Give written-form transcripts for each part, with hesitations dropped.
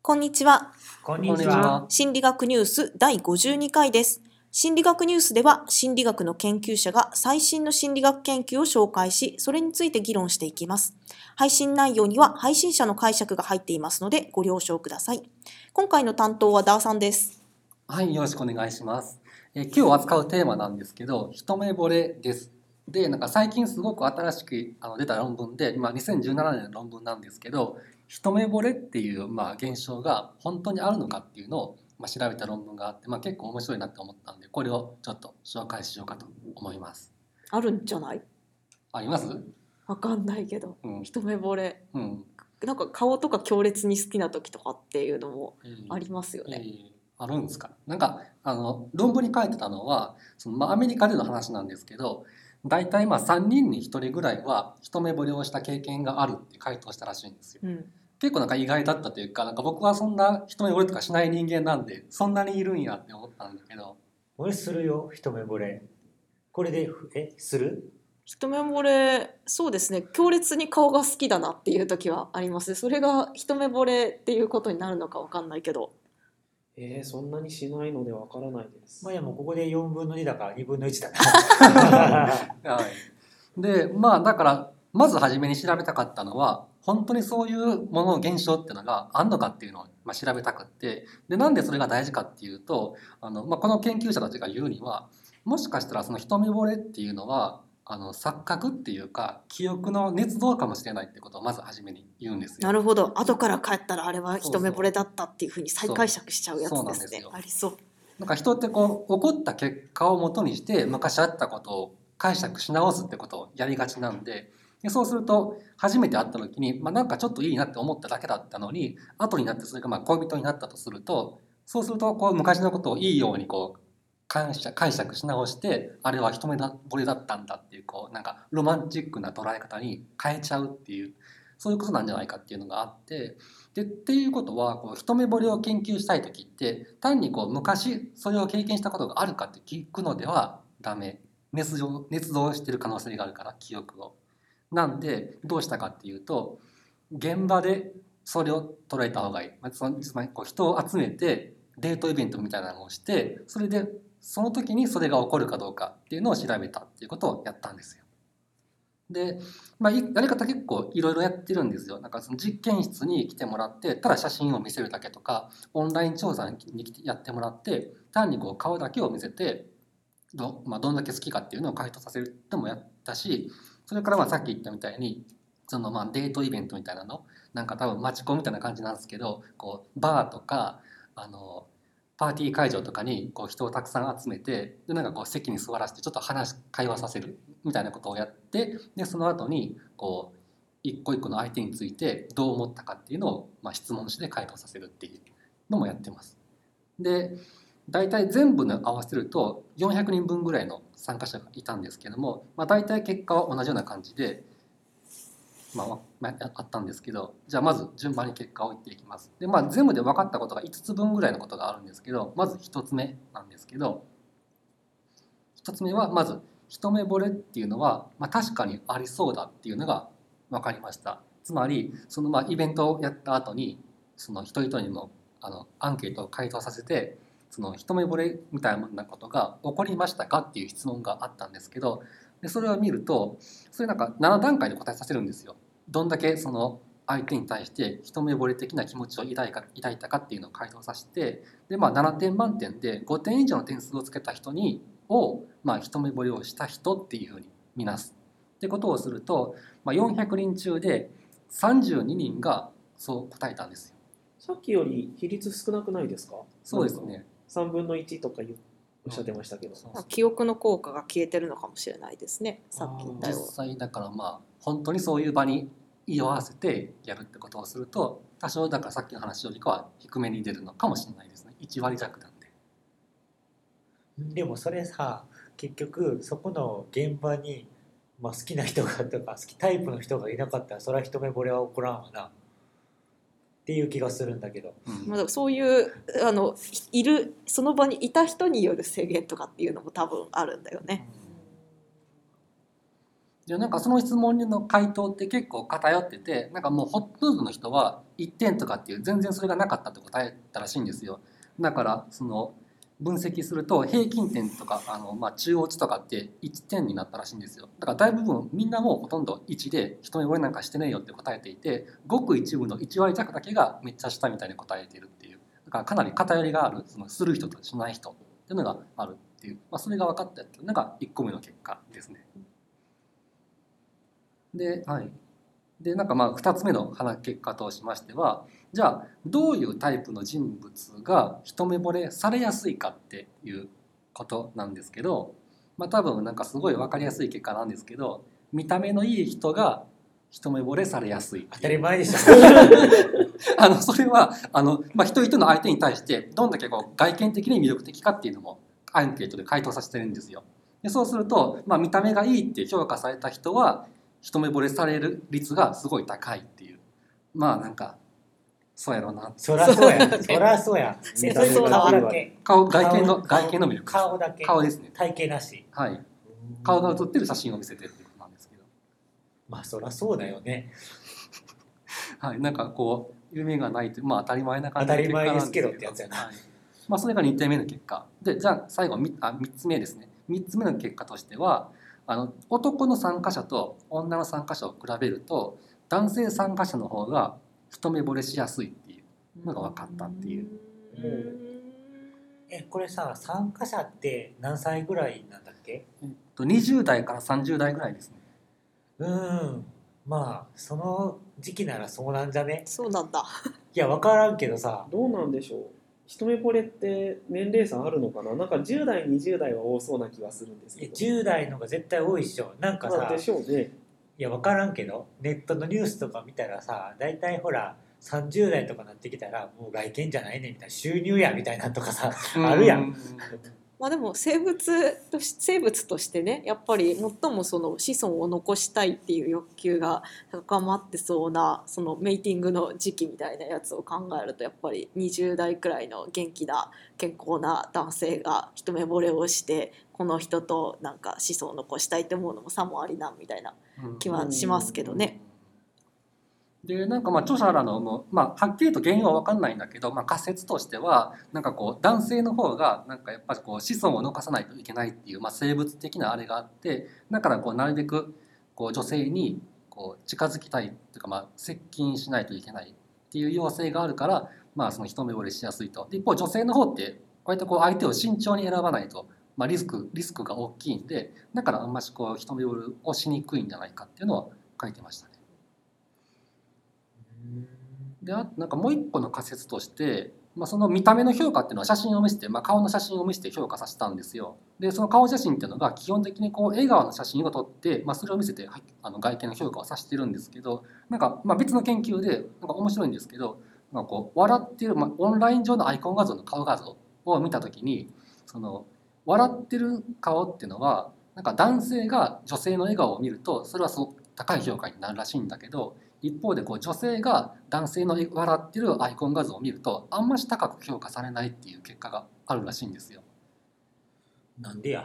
こんにちは。 こんにちは。 心理学ニュース第52回です。心理学ニュースでは心理学の研究者が最新の心理学研究を紹介し、それについて議論していきます。配信内容には配信者の解釈が入っていますのでご了承ください。今回の担当はダーさんです。 はい、よろしくお願いします。今日扱うテーマなんですけど、一目惚れです。で、なんか最近すごく新しく出た論文で、2017年の論文なんですけど、一目惚れっていう現象が本当にあるのかっていうのを調べた論文があって、結構面白いなと思ったんで、これをちょっと紹介しようかと思います。 あるんじゃない？ あります？ わかんないけど、一目惚れ。 うん。 なんか顔とか強烈に好きな時とかっていうのもありますよね。 あるんですか。なんか論文に書いてたのはアメリカでの話なんですけど、大体3人に1人ぐらいは一目惚れをした経験があるって回答したらしいんですよ。結構なんか意外だったというか、なんか僕はそんな一目惚れとかしない人間なんで、そんなにいるんやって思ったんだけど。 俺するよ、一目惚れ。これでする？ 一目惚れ、そうですね、強烈に顔が好きだなっていう時はあります。それが一目惚れっていうことになるのかわかんないけど。 そんなにしないのでわからないです。 いやもうここで4分の2だから2分の1だな。 はい。で、だからまず初めに調べたかったのは、本当にそういうものの現象っていうのがあんのかっていうのを調べたくって、でなんでそれが大事かっていうと、この研究者たちが言うには、もしかしたらその一目惚れっていうのは錯覚っていうか記憶の捏造かもしれないってことをまず初めに言うんですよ。 なるほど。後から帰ったらあれは一目惚れだったっていうふうに再解釈しちゃうやつですね。 そうなんですよ。 ありそう。 なんか人って起こった結果をもとにして昔あったことを解釈し直すってことをやりがちなんで、そうすると初めて会った時に、なんかちょっといいなって思っただけだったのに、後になってそれが恋人になったとすると、そうすると昔のことをいいように解釈し直して、あれは一目惚れだったんだっていうなんかロマンチックな捉え方に変えちゃうっていう、そういうことなんじゃないかっていうのがあって、っていうことは一目惚れを研究したい時って単に昔それを経験したことがあるかって聞くのではダメ。捏造してる可能性があるから、記憶を。なんでどうしたかっていうと、現場でそれを捉えた方がいい。つまり人を集めてデートイベントみたいなのをして、それでその時にそれが起こるかどうかっていうのを調べたっていうことをやったんですよ。で、やり方結構いろいろやってるんですよ。なんかその実験室に来てもらって、ただ写真を見せるだけとか、オンライン調査にやってもらって、単に顔だけを見せて、どんだけ好きかっていうのを回答させるってもやったし、それからさっき言ったみたいに、そのデートイベントみたいなの、なんか多分マチコンみたいな感じなんですけど、バーとか、パーティー会場とかに人をたくさん集めて、でなんか席に座らせてちょっと会話させるみたいなことをやって、でその後に一個一個の相手についてどう思ったかっていうのを質問して回答させるっていうのもやってます。で大体全部の合わせると400人分ぐらいの参加者がいたんですけども、大体結果は同じような感じで、あったんですけど、じゃあまず順番に結果を言っていきます。で全部で分かったことが5つ分ぐらいのことがあるんですけど、まず1つ目なんですけど、1つ目はまず一目惚れっていうのは、確かにありそうだっていうのが分かりました。つまりそのイベントをやった後にその人々にもアンケートを回答させて、その一目惚れみたいなことが起こりましたかっていう質問があったんですけど、でそれを見ると、それなんか7段階で答えさせるんですよ。どんだけその相手に対して一目惚れ的な気持ちを抱いたかっていうのを回答させて、で7点満点で5点以上の点数をつけた人を一目惚れをした人っていうふうに見なすってことをすると、400人中で32人がそう答えたんですよ。 さっきより比率少なくないですか？ そうですね。 3分の1とかおっしゃってましたけど、 記憶の効果が消えてるのかもしれないですね。さっき言ったように。 実際だから本当にそういう場に居合わせてやるってことをすると、多少だからさっきの話よりかは低めに出るのかもしれないですね。1割弱なんで。 でもそれさ、結局そこの現場に、好きな人がとかタイプの人がいなかったらそれは一目惚れは起こらんわなっていう気がするんだけど、 そういうその場にいた人による制限とかっていうのも多分あるんだよね。 でなんかその質問の回答って結構偏ってて、なんかもうほとんどの人は1点とかっていう全然それがなかったって答えたらしいんですよ。だからその分析すると平均点とか中央値とかって1点になったらしいんですよ。だから大部分みんなもうほとんど1で一目惚れなんかしてねえよって答えていて、ごく一部の1割弱だけがめっちゃしたみたいに答えているっていう、だからかなり偏りがある、そのする人としない人っていうのがあるっていう、それが分かったっていうのが1個目の結果ですね。で、はい。で、なんか2つ目の結果としましては、じゃあどういうタイプの人物が一目惚れされやすいかっていうことなんですけど、多分なんかすごい分かりやすい結果なんですけど、見た目のいい人が一目惚れされやすい。 当たり前でした。 それは一人の相手に対してどんだけ外見的に魅力的かっていうのもアンケートで回答させてるんですよ。でそうすると、見た目がいいって評価された人は一目惚れされる率がすごい高いっていう、なんかそうやろうな。 そらそうや。そらそうや。 見た目が顔だけ。 外見の魅力。 顔だけ。 顔ですね。 体型なし。 はい。顔が写ってる写真を見せてっていうことなんですけど。 そらそうだよね。 はい。なんか夢がないと当たり前な感じ当たり前ですけどってやつやな。 はい。それが2点目の結果で、じゃあ最後3つ目ですね。3つ目の結果としては、男の参加者と女の参加者を比べると男性参加者の方が一目惚れしやすいっていうのが分かったっていう。 これさ、参加者って何歳ぐらいなんだっけ ？20代から30代ぐらいですね。 その時期ならそうなんじゃね。 そうなんだ。 いや分からんけどさ、 どうなんでしょう。一目惚れって年齢差あるのかな。なんか10代20代は多そうな気がするんですけど。 10代のが絶対多いっしょ。なんかさ、 でしょうね。 いや分からんけど、ネットのニュースとか見たらさ、大体ほら30代とかなってきたらもう外見じゃないねみたいな、収入やみたいなとかさ、あるやん。 でも生物としてね、やっぱり最もその子孫を残したいっていう欲求が高まってそうな、そのメイティングの時期みたいなやつを考えると、やっぱり20代くらいの元気な健康な男性が一目惚れをして、この人となんか子孫を残したいって思うのもさもありなみたいな気はしますけどね。 でなんか著者らのはっきりと原因は分かんないんだけど、仮説としてはなんか男性の方がなんかやっぱり子孫を残さないといけないっていう、生物的なあれがあって、だからなるべく女性に近づきたいっていうか、接近しないといけないっていう要請があるから、その一目惚れしやすいと。で一方女性の方って割と相手を慎重に選ばないと、リスクが大きいんで、だからあんまし一目惚れをしにくいんじゃないかっていうのは書いてましたね。でなんかもう一個の仮説として、その見た目の評価っていうのは写真を見せて、顔の写真を見せて評価させたんですよ。でその顔写真っていうのが基本的に笑顔の写真を撮って、それを見せて外見の評価をさせてるんですけど、なんか別の研究でなんか面白いんですけど、なんか笑ってる、オンライン上のアイコン画像の顔画像を見た時に、その笑ってる顔っていうのはなんか男性が女性の笑顔を見るとそれはすごく高い評価になるらしいんだけど、一方で女性が男性の笑ってるアイコン画像を見るとあんまし高く評価されないっていう結果があるらしいんですよ。 なんでや。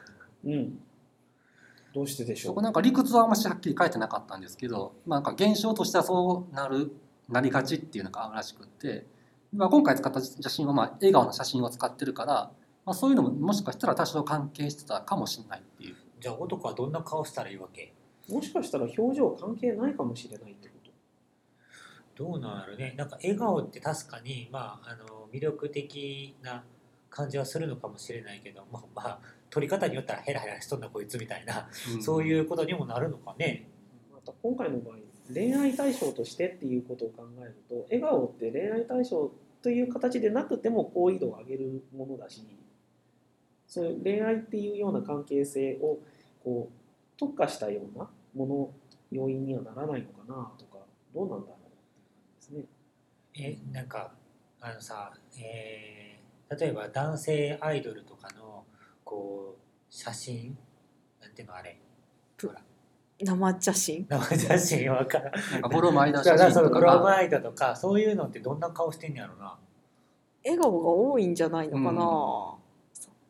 どうしてでしょう。 そこなんか理屈はあんましはっきり書いてなかったんですけど、なんか現象としてはそうなりがちっていうのがあるらしくって、今回使った写真は笑顔の写真を使ってるから、そういうのももしかしたら多少関係してたかもしれないっていう。 じゃあ男はどんな顔したらいいわけ？ もしかしたら表情関係ないかもしれないってこと。 どうなんだろうね。なんか笑顔って確かに魅力的な感じはするのかもしれないけど、撮り方によったらヘラヘラしとんなこいつみたいな、そういうことにもなるのかね。 また今回の場合恋愛対象としてっていうことを考えると、笑顔って恋愛対象という形でなくても好意度を上げるものだし、そういう恋愛っていうような関係性を特化したようなもの要因にはならないのかなとか、どうなんだろうっていう感じですね。 なんか例えば男性アイドルとかの写真なんていうのあれ、ほら生写真写真わからん。 なんかブロマイド写真とかブロマイドとかそういうのってどんな顔してんやろな。 笑顔が多いんじゃないのかな。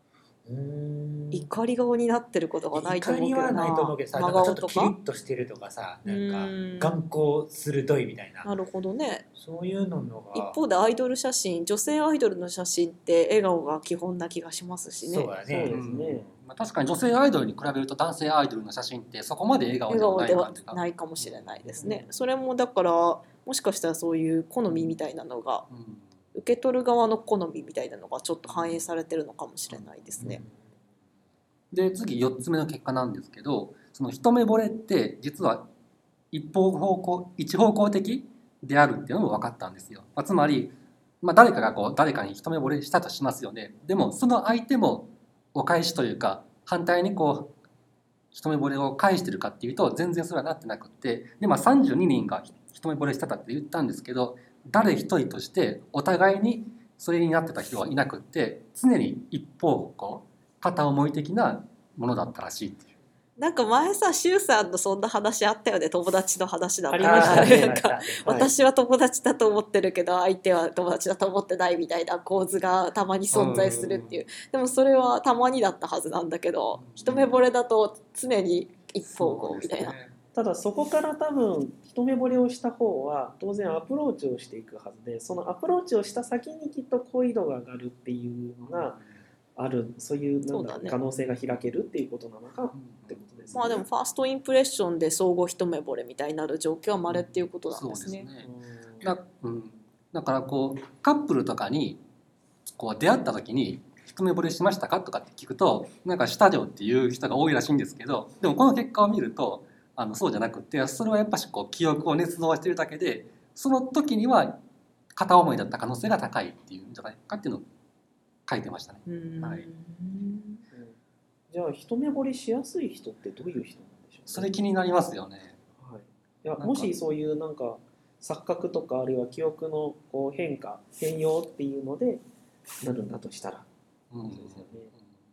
怒り顔になってることがないと思うけどな。 怒りはないと思うけどさ、なんかちょっとキリッとしてるとかさ、なんか眼光鋭いみたいな。 なるほどね。 そういうのが。 一方でアイドル写真、女性アイドルの写真って笑顔が基本な気がしますしね。 そうだね。 そうですね。 確かに女性アイドルに比べると男性アイドルの写真ってそこまで笑顔ではない感じが。 ないかもしれないですね。それもだからもしかしたらそういう好みみたいなのが、受け取る側の好みみたいなのがちょっと反映されてるのかもしれないですね。 で次4つ目の結果なんですけど、その一目惚れって実は一方向的であるっていうのも分かったんですよ。つまり、誰かが誰かに一目惚れしたとしますよね。でもその相手もお返しというか反対に一目惚れを返してるかっていうと全然それはなってなくって、で、32人が一目惚れしてたって言ったんですけど、誰一人としてお互いにそれになってた人はいなくって、常に一方片思い的なものだったらしいっていう。 なんか前さ、シュウさんのそんな話あったよね。友達の話だったありましたねなんか私は友達だと思ってるけど相手は友達だと思ってないみたいな構図がたまに存在するっていう。でもそれはたまにだったはずなんだけど、一目惚れだと常に一方向みたいな。 ただそこから多分一目惚れをした方は当然アプローチをしていくはずで、そのアプローチをした先にきっと好意度が上がるっていうのがある、そういう可能性が開けるっていうことなのかってことですね。 でもファーストインプレッションで相互一目惚れみたいになる状況は稀っていうことなんですね。 だからカップルとかに出会った時に一目惚れしましたかとかって聞くとなんかしたよっていう人が多いらしいんですけど、でもこの結果を見るとそうじゃなくて、それはやっぱし記憶を捏造してるだけで、その時には片思いだった可能性が高いっていうんじゃないかっていうのを書いてましたね。はい、 じゃあ一目惚れしやすい人ってどういう人なんでしょう、 それ気になりますよね。 はい、いやもしそういうなんか錯覚とかあるいは記憶の変容っていうのでなるんだとしたら、そうですよね。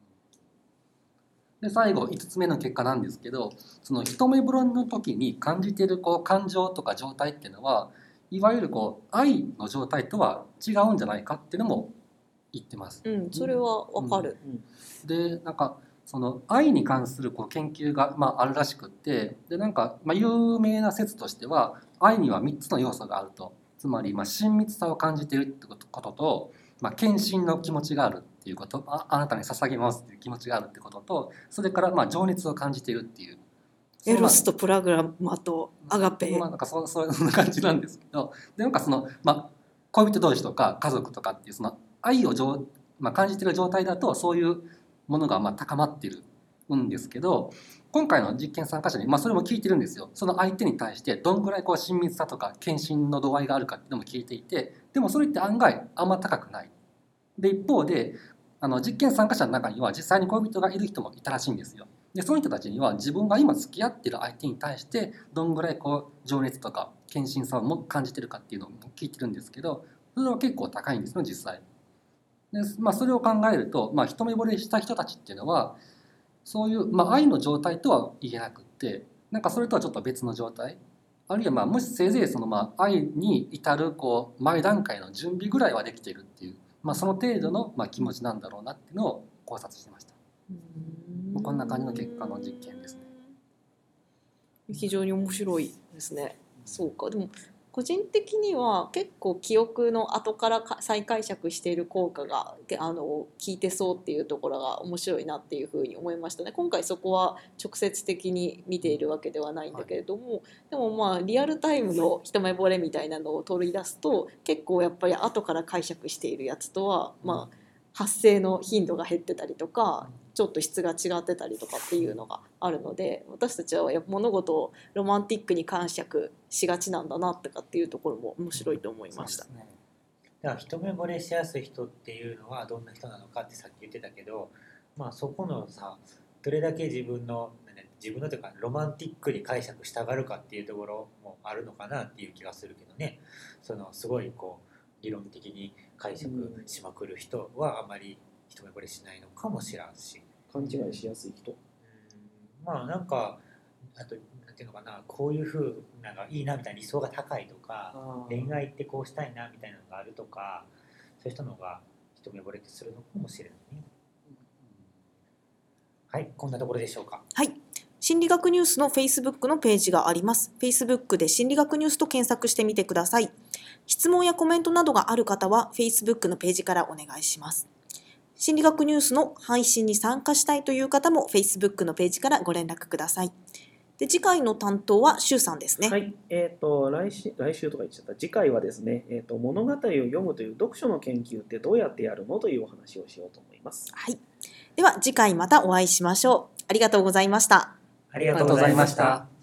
で最後5つ目の結果なんですけど、その一目惚れの時に感じている感情とか状態っていうのはいわゆる愛の状態とは違うんじゃないかっていうのも言ってます。 それはわかる。 でなんかその愛に関する研究があるらしくって、でなんか有名な説としては愛には3つの要素があると。つまり親密さを感じているってことと、献身の気持ちがあるっていうこと、あなたに捧げますっていう気持ちがあるってことと、それから情熱を感じているっていう、 エロスとプラグラマとアガペ、 なんかそんな感じなんですけど、でなんか恋人同士とか家族とかっていうその愛を感じている状態だとそういうものが高まっているんですけど、今回の実験参加者にそれも聞いてるんですよ。その相手に対してどんぐらい親密さとか献身の度合いがあるかっていうのも聞いていて、でもそれって案外あんま高くない。で一方で実験参加者の中には実際に恋人がいる人もいたらしいんですよ。でその人たちには自分が今付き合ってる相手に対してどんぐらい情熱とか献身さを感じてるかっていうのを聞いてるんですけど、それは結構高いんですよ実際。でそれを考えると、一目惚れした人たちっていうのはそういう、愛の状態とは言えなくって、なんかそれとはちょっと別の状態、あるいはもしせいぜいその愛に至る前段階の準備ぐらいはできているっていう、その程度の気持ちなんだろうなっていうのを考察してました。こんな感じの結果の実験ですね。 非常に面白いですね。そうか。でも個人的には結構記憶の後から再解釈している効果が効いてそうっていうところが面白いなっていうふうに思いましたね。今回そこは直接的に見ているわけではないんだけれども、でもリアルタイムの一目惚れみたいなのを取り出すと結構やっぱり後から解釈しているやつとは発生の頻度が減ってたりとかちょっと質が違ってたりとかっていうのがあるので、私たちは物事をロマンティックに解釈しがちなんだなとかっていうところも面白いと思いました。 だから一目惚れしやすい人っていうのはどんな人なのかってさっき言ってたけど、そこのさどれだけ自分のというかロマンティックに解釈したがるかっていうところもあるのかなっていう気がするけどね。すごい理論的に解釈しまくる人はあまり一目惚れしないのかもしれんし、 勘違いしやすい人、 なんかあとなんていうのかな、こういう風なのがいいなみたいな理想が高いとか、恋愛ってこうしたいなみたいなのがあるとか、そういう人の方が一目惚れするのかもしれないね。 はい、こんなところでしょうか。 はい。心理学ニュースの Facebook のページがあります。Facebook で心理学ニュースと検索してみてください。質問やコメントなどがある方は Facebook のページからお願いします。心理学ニュースの配信に参加したいという方も Facebook のページからご連絡ください。で、次回の担当は周さんですね。 はい、来週とか言っちゃった。次回はですね、物語を読むという読書の研究ってどうやってやるのというお話をしようと思います。 はい。では次回またお会いしましょう。ありがとうございました。 ありがとうございました。